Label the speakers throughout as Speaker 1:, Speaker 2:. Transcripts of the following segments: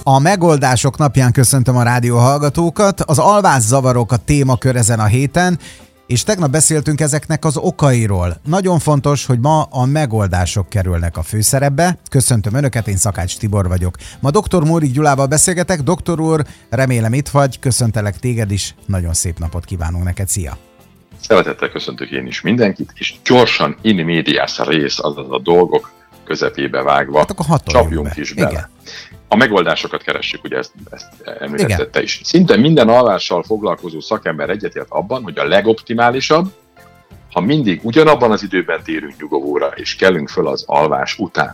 Speaker 1: A megoldások napján köszöntöm a rádió hallgatókat. Az alvászavarok a témakör ezen a héten, és tegnap beszéltünk ezeknek az okairól. Nagyon fontos, hogy ma a megoldások kerülnek a főszerepbe. Köszöntöm Önöket, én Szakács Tibor vagyok. Ma dr. Mórik Gyulával beszélgetek. Doktor úr, remélem itt vagy, köszöntelek téged is. Nagyon szép napot kívánunk neked, szia!
Speaker 2: Szeretettel köszöntök én is mindenkit, és gyorsan in medias res, azaz a dolgok közepébe vágva,
Speaker 1: hát akkor
Speaker 2: csapjunk is bele.
Speaker 1: Igen.
Speaker 2: A megoldásokat keressük, ugye ezt említette is. Szinte minden alvással foglalkozó szakember egyetért abban, hogy a legoptimálisabb, ha mindig ugyanabban az időben térünk nyugovóra, és kellünk föl az alvás után.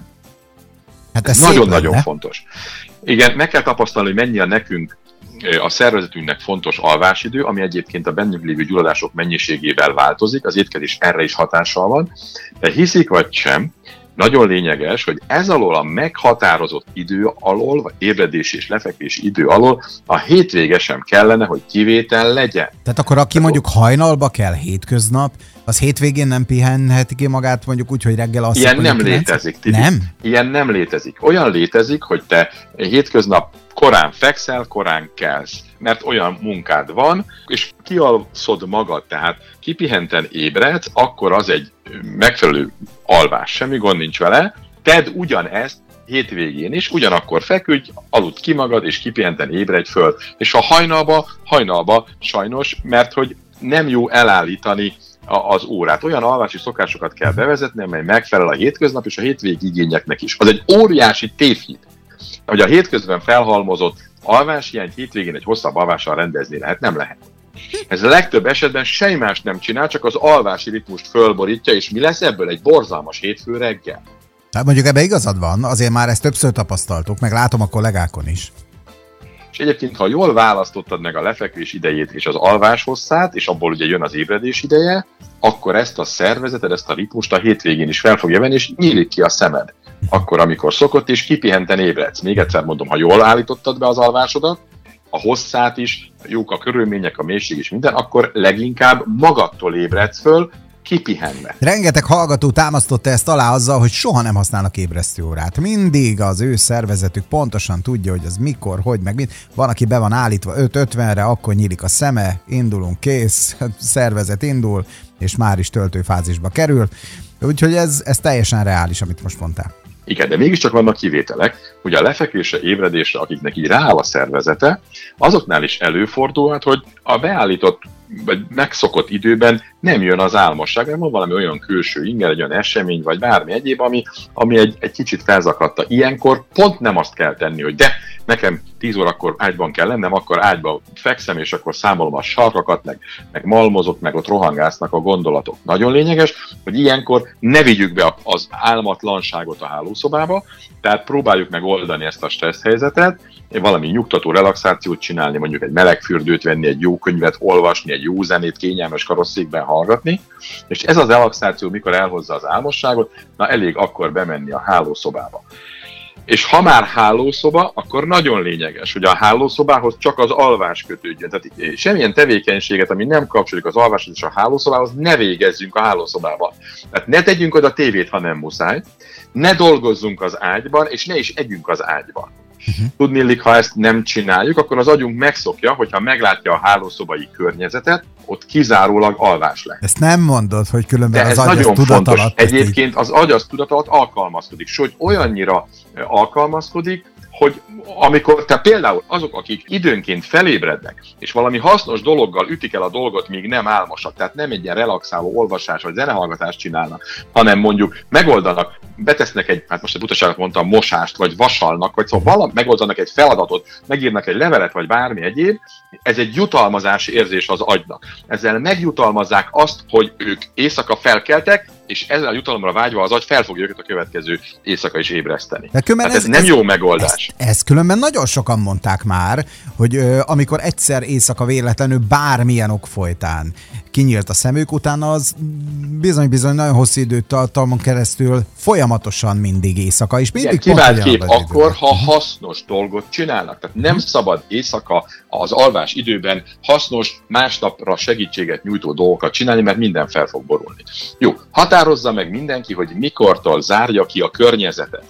Speaker 1: Hát ez
Speaker 2: nagyon-nagyon fontos. Igen, meg kell tapasztalni, hogy mennyi a nekünk, a szervezetünknek fontos alvásidő, ami egyébként a bennünk lévő gyulladások mennyiségével változik, az étkezés erre is hatással van, de hiszik vagy sem, nagyon lényeges, hogy ez alól a meghatározott idő alól, vagy ébredési és lefekvési idő alól a hétvége sem kellene, hogy kivétel legyen.
Speaker 1: Tehát akkor aki mondjuk hajnalba kell hétköznap, az hétvégén nem pihenheti ki magát mondjuk úgy, hogy reggel azt
Speaker 2: ilyen nem létezik, Tibi.
Speaker 1: Nem?
Speaker 2: Ilyen nem létezik. Olyan létezik, hogy te hétköznap korán fekszel, korán kelsz, mert olyan munkád van, és kialszod magad, tehát kipihenten ébredsz, akkor az egy megfelelő alvás, semmi gond nincs vele. Tedd ugyanezt hétvégén is, ugyanakkor feküdj, aludd ki magad, és kipihenten ébredj föl. És ha hajnalba sajnos, mert hogy nem jó elállítani az órát. Olyan alvási szokásokat kell bevezetni, amely megfelel a hétköznap és a hétvégi igényeknek is. Az egy óriási tévhit, hogy a hétközben felhalmozott alváshiányt hétvégén egy hosszabb alvással rendezni lehet. Nem lehet. Ez a legtöbb esetben semmi más nem csinál, csak az alvási ritmust fölborítja, és mi lesz ebből? Egy borzalmas hétfő reggel.
Speaker 1: Hát mondjuk ebben igazad van, azért már ezt többször tapasztaltuk, meg látom a kollégákon is.
Speaker 2: És egyébként, ha jól választottad meg a lefekvés idejét és az alvás hosszát, és abból ugye jön az ébredés ideje, akkor ezt a szervezeted, ezt a ritmust a hétvégén is fel fogja venni, és nyílik ki a szemed. Akkor, amikor szokott, és kipihenten ébredsz. Még egyszer mondom, ha jól állítottad be az alvásodat, a hosszát is, jók a körülmények, a mélység is minden, akkor leginkább magadtól ébredsz föl, kipihenve.
Speaker 1: Rengeteg hallgató támasztotta ezt alá azzal, hogy soha nem használnak ébresztőórát. Mindig az ő szervezetük pontosan tudja, hogy az mikor, hogy, meg mind. Van, aki be van állítva 5:50-re, akkor nyílik a szeme, indulunk, kész, szervezet indul, és már is töltőfázisba kerül. Úgyhogy ez teljesen reális, amit most mondtál.
Speaker 2: Igen, de mégiscsak vannak kivételek, ugye a lefekvésre, ébredésre, akiknek így rááll a szervezete, azoknál is előfordulhat, hogy a beállított vagy megszokott időben nem jön az álmosság, mert van valami olyan külső inger, egy olyan esemény, vagy bármi egyéb, ami egy kicsit felzakadta. Ilyenkor pont nem azt kell tenni, hogy de nekem 10 órakor ágyban kell lennem, akkor ágyban fekszem, és akkor számolom a sarkakat, meg malmozok, meg ott rohangásznak a gondolatok. Nagyon lényeges, hogy ilyenkor ne vigyük be az álmatlanságot a hálószobába, tehát próbáljuk meg oldani ezt a stressz helyzetet, valami nyugtató relaxációt csinálni, mondjuk egy meleg fürdőt venni, egy jó könyvet olvasni, egy jó zenét kényelmes karosszékben hallgatni, és ez az relaxáció, mikor elhozza az álmosságot, na elég akkor bemenni a hálószobába. És ha már hálószoba, akkor nagyon lényeges, hogy a hálószobához csak az alvás kötődjön. Tehát semmilyen tevékenységet, ami nem kapcsolódik az alváshoz és a hálószobához, ne végezzünk a hálószobában. Tehát ne tegyünk oda tévét, ha nem muszáj, ne dolgozzunk az ágyban, és ne is együnk az ágyban. Tudniillik, ha ezt nem csináljuk, akkor az agyunk megszokja, hogyha meglátja a hálószobai környezetet, ott kizárólag alvás lesz.
Speaker 1: Ezt nem mondod, hogy különben
Speaker 2: de
Speaker 1: az
Speaker 2: agy
Speaker 1: az tudat alatt.
Speaker 2: Egyébként az agy az tudat alatt alkalmazkodik, sőt olyannyira alkalmazkodik, hogy amikor te például azok, akik időnként felébrednek, és valami hasznos dologgal ütik el a dolgot, míg nem álmosak, tehát nem egy ilyen relaxáló olvasás vagy zenehallgatást csinálnak, hanem mondjuk megoldanak, betesznek egy, hát most egy butaságot mondtam, mosást, vagy vasalnak, vagy szóval megoldanak egy feladatot, megírnak egy levelet, vagy bármi egyéb, ez egy jutalmazási érzés az agynak. Ezzel megjutalmazzák azt, hogy ők éjszaka felkeltek, és ezzel a jutalomra vágyva az agy fel fogja őket a következő éjszaka is ébreszteni. Hát ez nem jó megoldás.
Speaker 1: Ezt különben nagyon sokan mondták már, hogy amikor egyszer éjszaka véletlenül bármilyen ok folytán kinyílt a szemük, utána az bizony-bizony nagyon hosszú időtartamon keresztül folyamatosan mindig éjszaka, és mindig
Speaker 2: kivált kép akkor, ha hasznos dolgot csinálnak. Tehát nem szabad éjszaka az alvás időben hasznos, másnapra segítséget nyújtó dolgokat csinálni, mert minden fel fog borulni. Jó, határozza meg mindenki, hogy mikortól zárja ki a környezetet.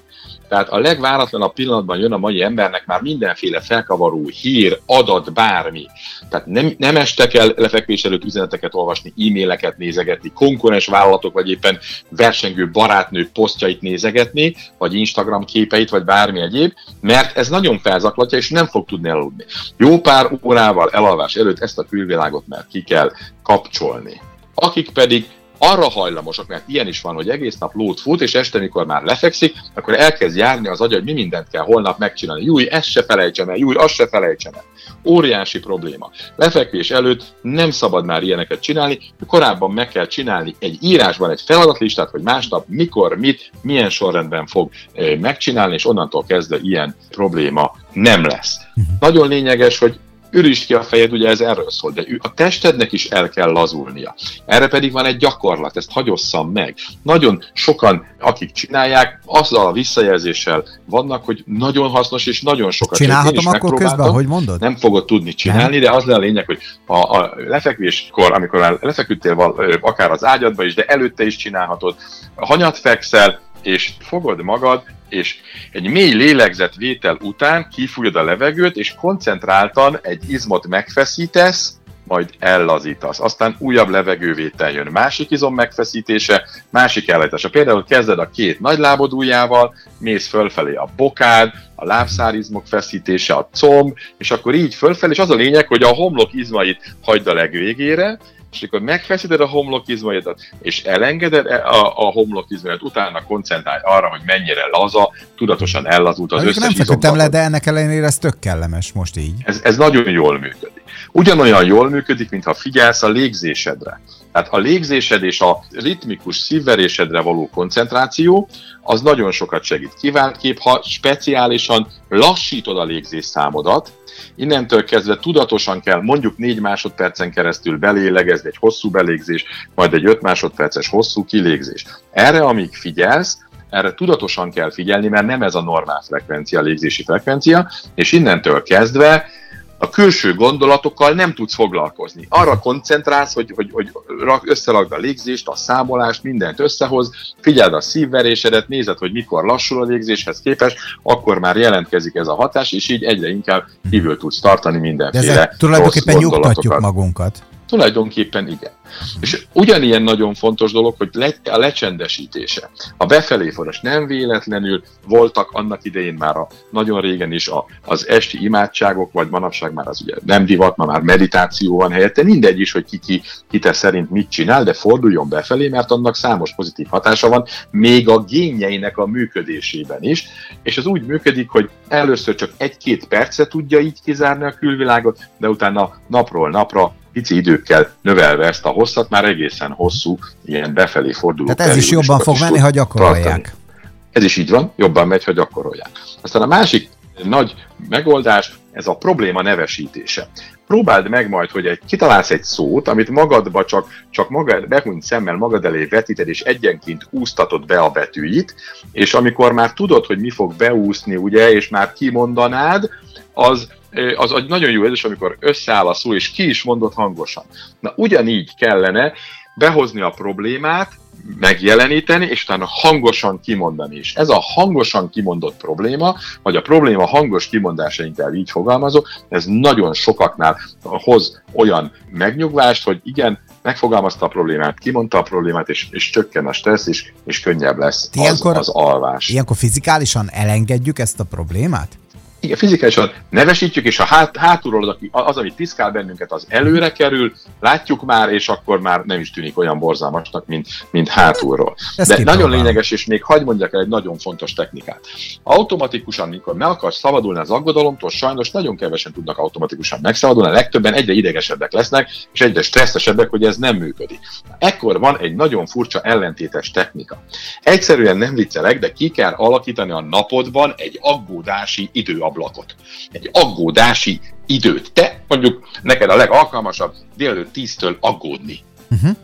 Speaker 2: Tehát a legváratlanabb pillanatban jön a mai embernek már mindenféle felkavaró hír, adat, bármi. Tehát nem estek el lefekvés előtt üzeneteket olvasni, e-maileket nézegetni, konkurens vállalatok, vagy éppen versengő barátnők posztjait nézegetni, vagy Instagram képeit, vagy bármi egyéb, mert ez nagyon felzaklatja, és nem fog tudni aludni. Jó pár órával elalvás előtt ezt a külvilágot már ki kell kapcsolni. Akik pedig arra hajlamosak, mert ilyen is van, hogy egész nap lót fut, és este, mikor már lefekszik, akkor elkezd járni az agya, hogy mi mindent kell holnap megcsinálni. Júj, ezt se felejtsem el, júj, azt se felejtsem el. Óriási probléma. Lefekvés előtt nem szabad már ilyeneket csinálni, korábban meg kell csinálni egy írásban egy feladatlistát, hogy másnap mikor, mit, milyen sorrendben fog megcsinálni, és onnantól kezdve ilyen probléma nem lesz. Nagyon lényeges, hogy ürítsd ki a fejed, ugye ez erről szól, de a testednek is el kell lazulnia. Erre pedig van egy gyakorlat, ezt hagyosszam meg. Nagyon sokan, akik csinálják, azzal a visszajelzéssel vannak, hogy nagyon hasznos és nagyon sokat.
Speaker 1: Csinálhatom akkor közben, hogy mondod?
Speaker 2: Nem fogod tudni csinálni, de az a lényeg, hogy a lefekvéskor, amikor már lefeküdtél akár az ágyadba is, de előtte is csinálhatod, hanyat fekszel, és fogod magad, és egy mély lélegzetvétel után kifújod a levegőt, és koncentráltan egy izmot megfeszítesz, majd ellazítasz. Aztán újabb levegővétel jön. Másik izom megfeszítése, másik ellazítása. Például kezded a két nagy lábod ujjával, mész fölfelé a bokád, a lábszárizmok feszítése, a comb, és akkor így fölfelé, és az a lényeg, hogy a homlok izmait hagyd a legvégére, és akkor megfeszíted a homlokizmaidat, és elengeded a homlokizmaidat, utána koncentrálj arra, hogy mennyire laza, tudatosan ellazult az összes izomban.
Speaker 1: Nem feküdtem le, de ennek ellenére ez tök kellemes most így.
Speaker 2: Ez nagyon jól működik. Ugyanolyan jól működik, mintha figyelsz a légzésedre. Tehát a légzésed és a ritmikus szívverésedre való koncentráció, az nagyon sokat segít. Kiváltképp, ha speciálisan lassítod a légzésszámodat, innentől kezdve tudatosan kell mondjuk 4 másodpercen keresztül belélegezni, egy hosszú belégzés, majd egy 5 másodperces hosszú kilégzés. Erre, amíg figyelsz, erre tudatosan kell figyelni, mert nem ez a normál frekvencia, a légzési frekvencia, és innentől kezdve a külső gondolatokkal nem tudsz foglalkozni. Arra koncentrálsz, hogy összerakd a légzést, a számolást, mindent összehoz, figyeld a szívverésedet, nézed, hogy mikor lassul a légzéshez képest, akkor már jelentkezik ez a hatás, és így egyre inkább kívül tudsz tartani mindenféle rossz gondolatokat.
Speaker 1: Tulajdonképpen nyugtatjuk magunkat.
Speaker 2: Tulajdonképpen igen. És ugyanilyen nagyon fontos dolog, hogy a lecsendesítése. A befelé forrás nem véletlenül voltak annak idején már nagyon régen is az esti imádságok, vagy manapság már az ugye nem divat, már meditáció van helyette, mindegy is, hogy ki te szerint mit csinál, de forduljon befelé, mert annak számos pozitív hatása van, még a génjeinek a működésében is, és ez úgy működik, hogy először csak 1-2 percet tudja így kizárni a külvilágot, de utána napról napra pici időkkel növelve ezt a hosszat, már egészen hosszú, ilyen befelé forduló.
Speaker 1: Tehát ez is jobban fog menni, ha gyakorolják.
Speaker 2: Ez is így van, jobban megy, ha gyakorolják. Aztán a másik nagy megoldás, ez a probléma nevesítése. Próbáld meg majd, hogy kitalálsz egy szót, amit magadba csak magad behunyt szemmel magad elé vetíted, és egyenként úsztatod be a betűit, és amikor már tudod, hogy mi fog beúszni, ugye, és már kimondanád, az nagyon jó érzés, amikor összeáll a szó, és ki is mondod hangosan. Na, ugyanígy kellene behozni a problémát, megjeleníteni, és utána hangosan kimondani is. Ez a hangosan kimondott probléma, vagy a probléma hangos kimondása, inkább így fogalmazok, ez nagyon sokaknál hoz olyan megnyugvást, hogy igen, megfogalmazta a problémát, kimondta a problémát, és csökken a stressz, és könnyebb lesz az alvás.
Speaker 1: Ilyenkor fizikálisan elengedjük ezt a problémát?
Speaker 2: Igen, fizikálisan nevesítjük, és a hátulról az, ami piszkál bennünket, az előre kerül, látjuk már, és akkor már nem is tűnik olyan borzalmasnak, mint hátulról. De nagyon lényeges, és még hadd mondjak el egy nagyon fontos technikát. Automatikusan, mikor meg akarsz szabadulni az aggodalomtól, sajnos nagyon kevesen tudnak automatikusan megszabadulni, a legtöbben egyre idegesebbek lesznek, és egyre stresszesebbek, hogy ez nem működik. Ekkor van egy nagyon furcsa ellentétes technika. Egyszerűen nem viccelek, de ki kell alakítani a napodban egy aggódási időablakot. Egy aggódási időt. Te mondjuk neked a legalkalmasabb délelőtt 10-től aggódni.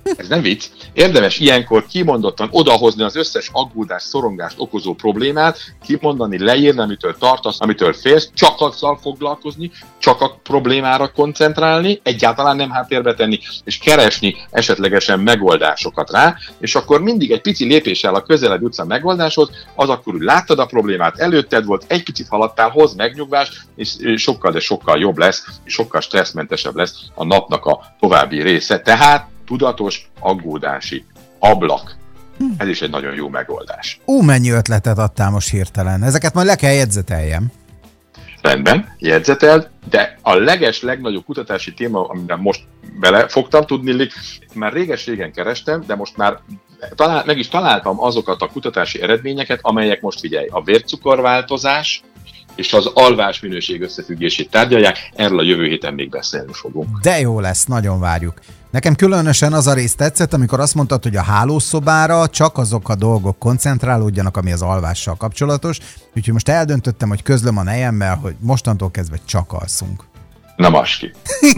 Speaker 2: Ez nem vicc. Érdemes ilyenkor kimondottan odahozni az összes aggódást, szorongást okozó problémát, kimondani, leírni, amitől tartasz, amitől félsz, csak azzal foglalkozni, csak a problémára koncentrálni, egyáltalán nem háttérbe tenni, és keresni esetlegesen megoldásokat rá, és akkor mindig egy pici lépéssel a közelebb jutsz a megoldáshoz, az akkor úgy láttad a problémát, előtted volt, egy picit haladtál, hoz megnyugvást, és sokkal, de sokkal jobb lesz, és sokkal stresszmentesebb lesz a napnak a további része. Tehát tudatos aggódási ablak. Ez is egy nagyon jó megoldás.
Speaker 1: Mennyi ötletet adtál most hirtelen. Ezeket majd le kell jegyzeteljem.
Speaker 2: Rendben, jegyzeteld, de a legnagyobb kutatási téma, amiben most belefogtam, tudni, már réges-régen kerestem, de most már meg is találtam azokat a kutatási eredményeket, amelyek most figyelj, a vércukorváltozás és az alvásminőség összefüggését tárgyalják, erről a jövő héten még beszélni fogunk.
Speaker 1: De jó lesz, nagyon várjuk. Nekem különösen az a rész tetszett, amikor azt mondtad, hogy a hálószobára csak azok a dolgok koncentrálódjanak, ami az alvással kapcsolatos, úgyhogy most eldöntöttem, hogy közlöm a nejemmel, hogy mostantól kezdve csak alszunk.
Speaker 2: Na maski.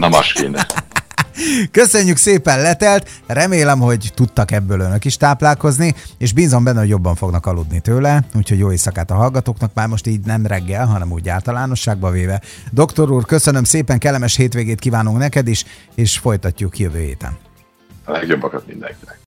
Speaker 1: Köszönjük szépen, letelt, remélem, hogy tudtak ebből önök is táplálkozni, és bízom benne, hogy jobban fognak aludni tőle, úgyhogy jó éjszakát a hallgatóknak, már most így nem reggel, hanem úgy általánosságba véve. Doktor úr, köszönöm szépen, kellemes hétvégét kívánunk neked is, és folytatjuk jövő héten.
Speaker 2: A legjobbakat mindenkinek.